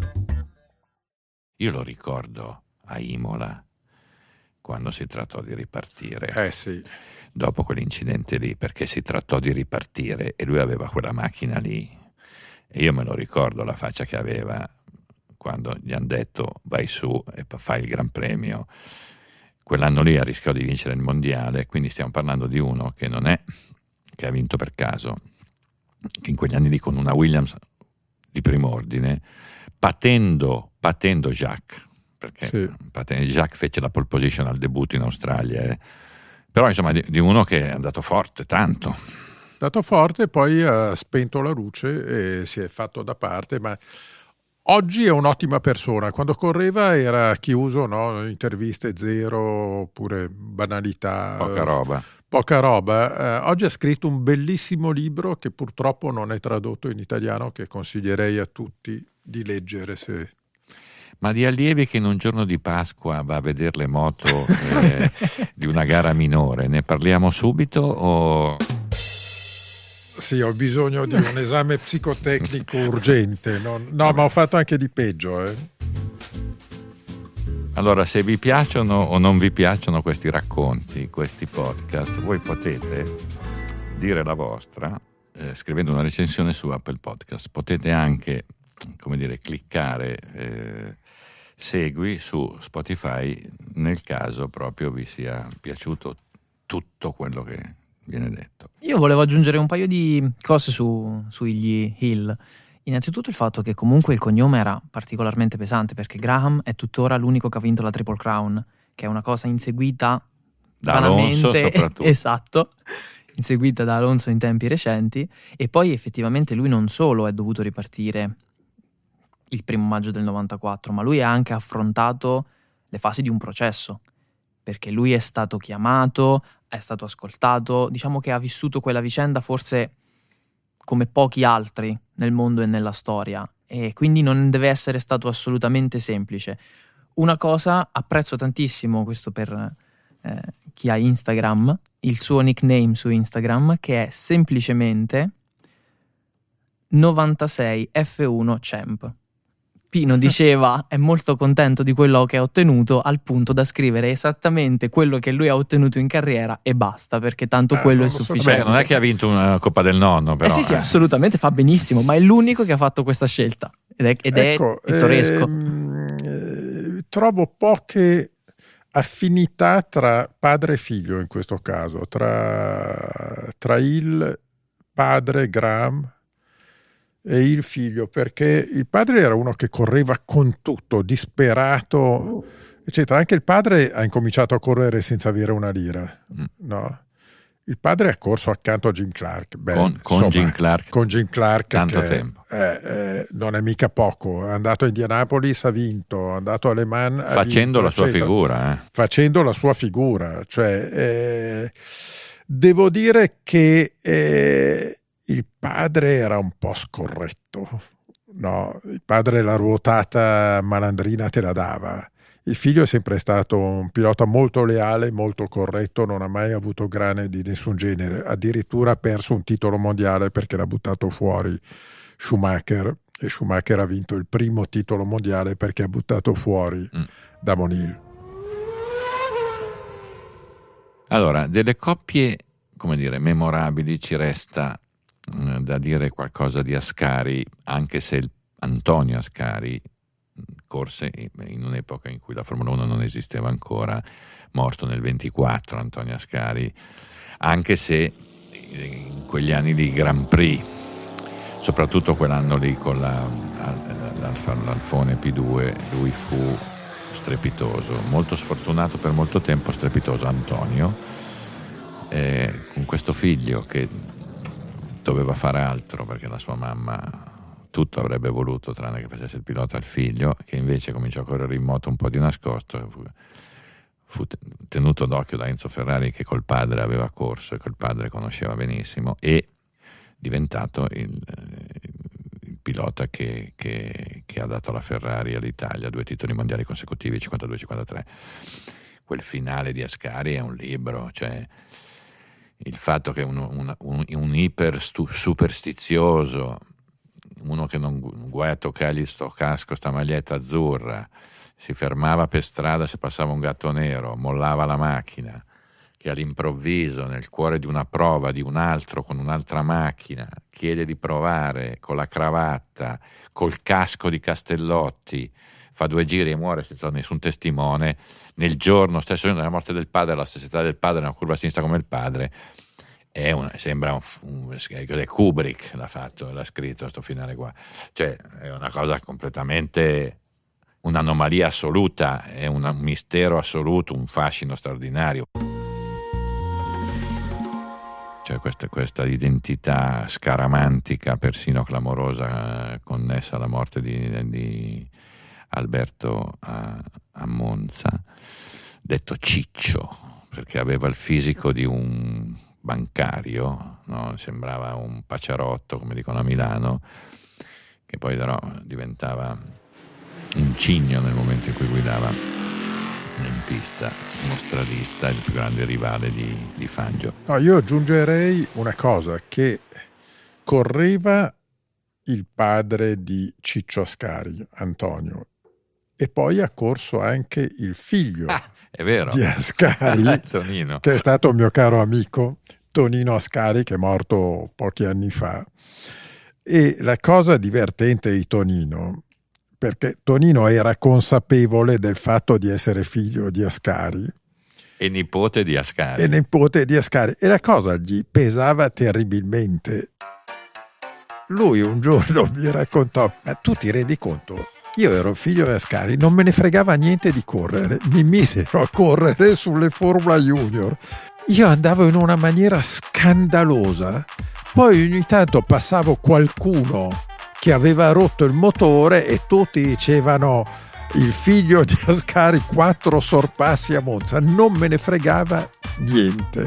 Io lo ricordo a Imola, quando si trattò di ripartire. Sì. Dopo quell'incidente lì, perché si trattò di ripartire e lui aveva quella macchina lì, e io me lo ricordo la faccia che aveva quando gli hanno detto vai su e fai il Gran Premio. Quell'anno lì rischiò di vincere il mondiale, quindi stiamo parlando di uno che non è che ha vinto per caso, che in quegli anni lì con una Williams di primo ordine, patendo Jacques, perché sì. Jacques fece la pole position al debutto in Australia, però insomma di uno che è andato forte, tanto. Dato forte, poi ha spento la luce e si è fatto da parte, ma oggi è un'ottima persona. Quando correva era chiuso, no? Interviste zero, oppure banalità. Poca roba. Oggi ha scritto un bellissimo libro che purtroppo non è tradotto in italiano, che consiglierei a tutti di leggere. Ma di allievi che in un giorno di Pasqua va a vedere le moto di una gara minore, ne parliamo subito o... Sì, ho bisogno di un esame psicotecnico urgente. No, ma ho fatto anche di peggio. Allora, se vi piacciono o non vi piacciono questi racconti, questi podcast, voi potete dire la vostra scrivendo una recensione su Apple Podcast. Potete anche, come dire, cliccare segui su Spotify nel caso proprio vi sia piaciuto tutto quello che viene detto. Io volevo aggiungere un paio di cose sugli Hill. Innanzitutto il fatto che comunque il cognome era particolarmente pesante, perché Graham è tuttora l'unico che ha vinto la Triple Crown, che è una cosa inseguita da Alonso soprattutto. Esatto, inseguita da Alonso in tempi recenti. E poi effettivamente lui non solo è dovuto ripartire il 1 maggio del 94, ma lui ha anche affrontato le fasi di un processo, perché lui è stato chiamato, è stato ascoltato, diciamo che ha vissuto quella vicenda forse come pochi altri nel mondo e nella storia, e quindi non deve essere stato assolutamente semplice. Una cosa, apprezzo tantissimo, questo per chi ha Instagram, il suo nickname su Instagram, che è semplicemente 96 F1 Champ. Pino diceva è molto contento di quello che ha ottenuto, al punto da scrivere esattamente quello che lui ha ottenuto in carriera e basta, perché tanto quello è sufficiente. Beh, non è che ha vinto una Coppa del Nonno, però. Sì, assolutamente, fa benissimo, ma è l'unico che ha fatto questa scelta ed è pittoresco. Trovo poche affinità tra padre e figlio in questo caso, tra il padre Graham e il figlio, perché il padre era uno che correva con tutto, disperato, eccetera. Anche il padre ha incominciato a correre senza avere una lira, no? Il padre ha corso accanto a Jim Clark. Con Jim Clark tanto che, tempo. Non è mica poco. È andato a Indianapolis, ha vinto, è andato a Le Mans, facendo la sua figura. Facendo la sua figura. Cioè, devo dire che il padre era un po' scorretto, no? Il padre la ruotata malandrina te la dava, Il figlio è sempre stato un pilota molto leale, molto corretto, non ha mai avuto grane di nessun genere, addirittura ha perso un titolo mondiale perché l'ha buttato fuori Schumacher, e Schumacher ha vinto il primo titolo mondiale perché ha buttato fuori Damon Hill. Allora, delle coppie, come dire, memorabili, ci resta da dire qualcosa di Ascari, anche se Antonio Ascari corse in un'epoca in cui la Formula 1 non esisteva ancora, morto nel 24 Antonio Ascari, anche se in quegli anni di Grand Prix, soprattutto quell'anno lì con l'Alfone P2, lui fu strepitoso, molto sfortunato per molto tempo, strepitoso Antonio, con questo figlio che doveva fare altro perché la sua mamma tutto avrebbe voluto tranne che facesse il pilota al figlio, che invece cominciò a correre in moto un po' di nascosto, fu tenuto d'occhio da Enzo Ferrari, che col padre aveva corso e col padre conosceva benissimo, e diventato il pilota che ha dato alla Ferrari e all'Italia 2 titoli mondiali consecutivi, 52-53. Quel finale di Ascari è un libro, cioè il fatto che un iper superstizioso, uno che non guai a toccargli sto casco, sta maglietta azzurra, si fermava per strada se passava un gatto nero, mollava la macchina, che all'improvviso nel cuore di una prova di un altro con un'altra macchina chiede di provare con la cravatta, col casco di Castellotti, fa 2 giri e muore senza nessun testimone, nel giorno stesso della morte del padre, alla stessa età del padre, una curva a sinistra come il padre. Sembra Kubrick l'ha fatto, l'ha scritto questo finale qua, cioè è una cosa completamente, un'anomalia assoluta, è un mistero assoluto, un fascino straordinario. Cioè questa identità scaramantica, persino clamorosa, connessa alla morte di Alberto a Monza, detto Ciccio, perché aveva il fisico di un bancario, no? Sembrava un paciarotto, come dicono a Milano, che poi però diventava un cigno nel momento in cui guidava in pista, uno stradista, il più grande rivale di Fangio. No, io aggiungerei una cosa, che correva il padre di Ciccio Ascari, Antonio, e poi ha corso anche il figlio è vero. di Ascari, Tonino, che è stato un mio caro amico, Tonino Ascari, che è morto pochi anni fa. E la cosa divertente di Tonino, perché Tonino era consapevole del fatto di essere figlio di Ascari e nipote di Ascari, e la cosa gli pesava terribilmente. Lui un giorno mi raccontò: ma tu ti rendi conto? Io ero figlio di Ascari, non me ne fregava niente di correre, mi misero a correre sulle Formula Junior. Io andavo in una maniera scandalosa, poi ogni tanto passavo qualcuno che aveva rotto il motore e tutti dicevano: il figlio di Ascari 4 sorpassi a Monza, non me ne fregava niente.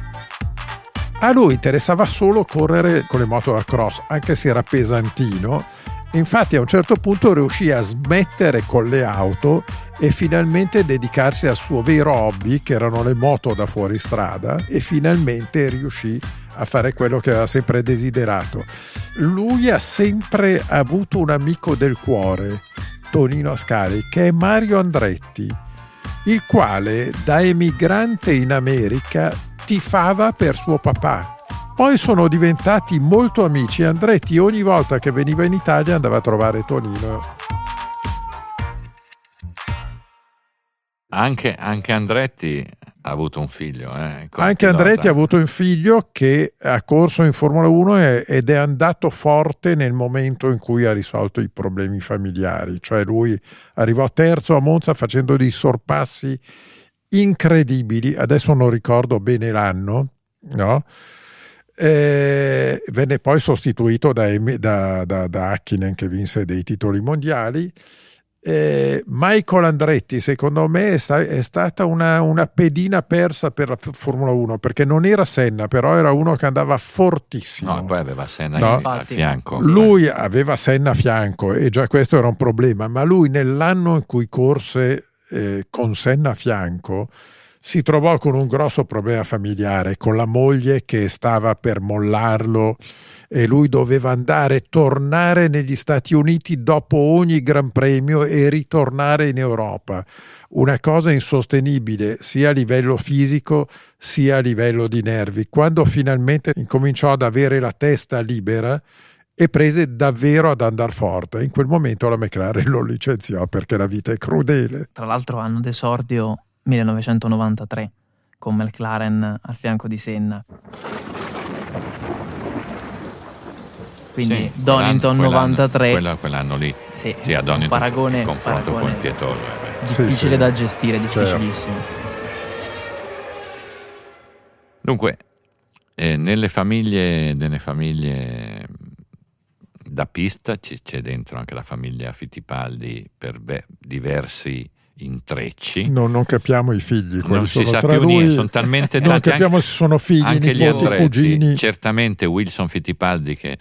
A lui interessava solo correre con le moto da cross, anche se era pesantino. Infatti a un certo punto riuscì a smettere con le auto e finalmente dedicarsi al suo vero hobby, che erano le moto da fuoristrada, e finalmente riuscì a fare quello che aveva sempre desiderato. Lui ha sempre avuto un amico del cuore, Tonino Ascari, che è Mario Andretti, il quale da emigrante in America tifava per suo papà. Poi sono diventati molto amici. Andretti ogni volta che veniva in Italia andava a trovare Tonino. Anche Andretti ha avuto un figlio. Anche Andretti ha avuto un figlio che ha corso in Formula 1 ed è andato forte nel momento in cui ha risolto i problemi familiari. Cioè lui arrivò terzo a Monza facendo dei sorpassi incredibili. Adesso non ricordo bene l'anno, no? Venne poi sostituito da Häkkinen, che vinse dei titoli mondiali. Michael Andretti secondo me è stata una pedina persa per la Formula 1, perché non era Senna, però era uno che andava fortissimo. No, poi aveva Senna a fianco. Lui aveva Senna a fianco e già questo era un problema, ma lui nell'anno in cui corse con Senna a fianco, si trovò con un grosso problema familiare, con la moglie che stava per mollarlo e lui doveva tornare negli Stati Uniti dopo ogni Gran Premio e ritornare in Europa. Una cosa insostenibile sia a livello fisico sia a livello di nervi. Quando finalmente incominciò ad avere la testa libera e prese davvero ad andar forte, in quel momento la McLaren lo licenziò perché la vita è crudele. Tra l'altro anno d'esordio 1993 con McLaren al fianco di Senna. Quindi sì, Donington 93 quell'anno lì. Sì, a Donington il confronto fu paragone impietoso. Difficile da gestire, difficilissimo. Dunque, nelle famiglie da pista c'è dentro anche la famiglia Fittipaldi per diversi intrecci. Non capiamo i figli, non sono si sa tra più lui, niente, sono talmente tanti. Non capiamo se sono figli, anche nipoti, gli cugini. Certamente Wilson Fittipaldi che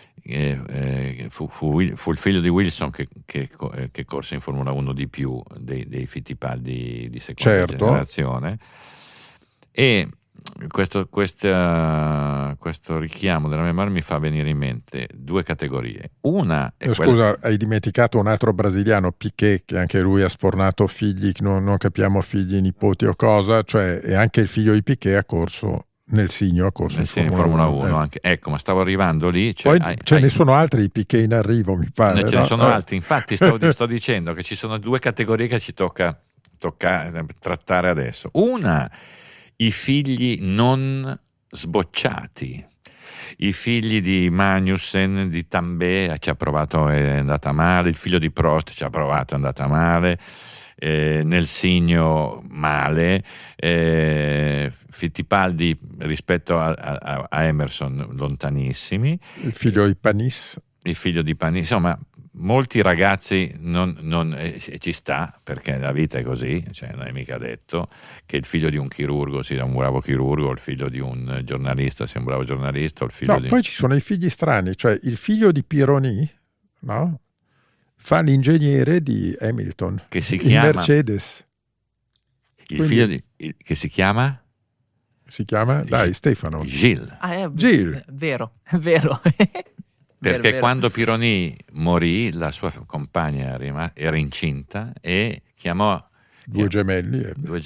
fu il figlio di Wilson che corse in Formula 1 di più dei Fittipaldi di seconda generazione, e questo richiamo della memoria mi fa venire in mente due categorie. Una è scusa, hai dimenticato un altro brasiliano, Piquet, che anche lui ha spornato figli, non capiamo figli, nipoti o cosa, cioè e anche il figlio di Piquet ha corso nel Signo, ha corso in Formula 1 anche. Ecco, ma stavo arrivando lì. Poi ce ne sono altri Piquet in arrivo, mi pare. Ce ne sono altri, infatti sto dicendo che ci sono due categorie che ci tocca trattare adesso. Una, i figli non sbocciati, i figli di Magnussen, di Tambay ci ha provato, è andata male, il figlio di Prost ci ha provato, è andata male, nel Signo male, Fittipaldi rispetto a Emerson lontanissimi, il figlio di Panis, insomma molti ragazzi ci sta, perché la vita è così, cioè non è mica detto che il figlio di un chirurgo sia un bravo chirurgo, il figlio di un giornalista sia un bravo giornalista, o il figlio poi ci sono i figli strani, cioè il figlio di Pironi, no? Fa l'ingegnere di Hamilton, che si chiama Mercedes. Figlio che si chiama Stefano Gilles. Gilles. È vero. Perché quando Pironi morì, la sua compagna era incinta e chiamò due gemelli,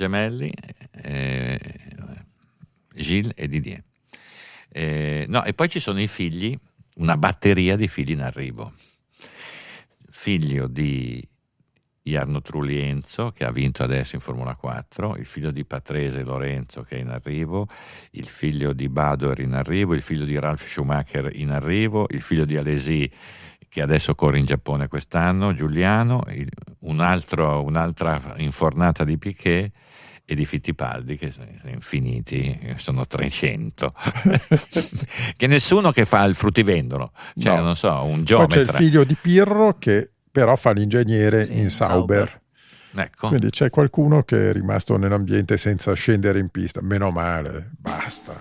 Gilles e Didier. E poi ci sono i figli, una batteria di figli in arrivo. Figlio di Jarno Trulli Enzo, che ha vinto adesso in Formula 4, il figlio di Patrese Lorenzo, che è in arrivo, il figlio di Badoer in arrivo, il figlio di Ralf Schumacher in arrivo, il figlio di Alesi, che adesso corre in Giappone quest'anno, Giuliano, un'altra infornata di Piquet e di Fittipaldi, che sono infiniti, sono 300, che nessuno che fa il fruttivendolo, cioè non so, un geometra. Poi c'è il figlio di Pirro che però fa l'ingegnere in Sauber. Ecco. Quindi c'è qualcuno che è rimasto nell'ambiente senza scendere in pista, meno male, basta.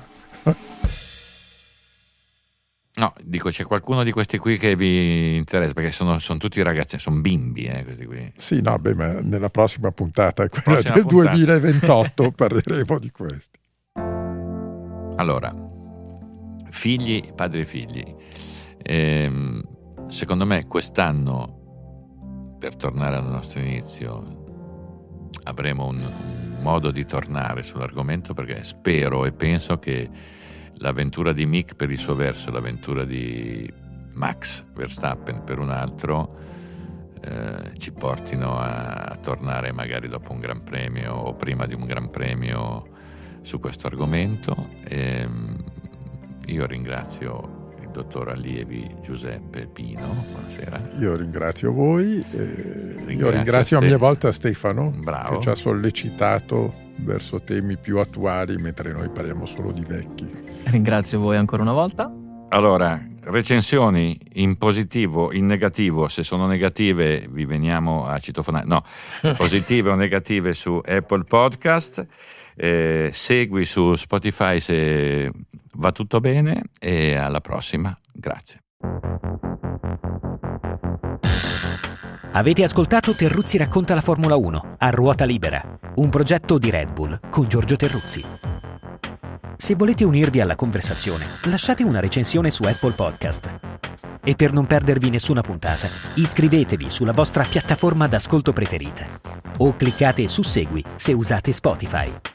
No, dico, c'è qualcuno di questi qui che vi interessa, perché sono tutti ragazzi, sono bimbi questi qui. Sì, ma nella prossima puntata, quella del 2028, parleremo di questi. Allora, padri e figli. Secondo me quest'anno, per tornare al nostro inizio, avremo un modo di tornare sull'argomento, perché spero e penso che l'avventura di Mick per il suo verso, l'avventura di Max Verstappen per un altro, ci portino a tornare magari dopo un Gran Premio o prima di un Gran Premio su questo argomento. Io ringrazio il dottor allievi Giuseppe Pino, buonasera. Io ringrazio voi, io ringrazio a mia volta Stefano, bravo, che ci ha sollecitato verso temi più attuali mentre noi parliamo solo di vecchi. Ringrazio voi ancora una volta. Allora, recensioni in positivo, in negativo, se sono negative vi veniamo a citofonare, no, positive o negative su Apple Podcast, segui su Spotify se va tutto bene, e alla prossima, grazie. Avete ascoltato Terruzzi racconta la Formula 1 a ruota libera, un progetto di Red Bull con Giorgio Terruzzi. Se volete unirvi alla conversazione, lasciate una recensione su Apple Podcast. E per non perdervi nessuna puntata, iscrivetevi sulla vostra piattaforma d'ascolto preferita o cliccate su Segui se usate Spotify.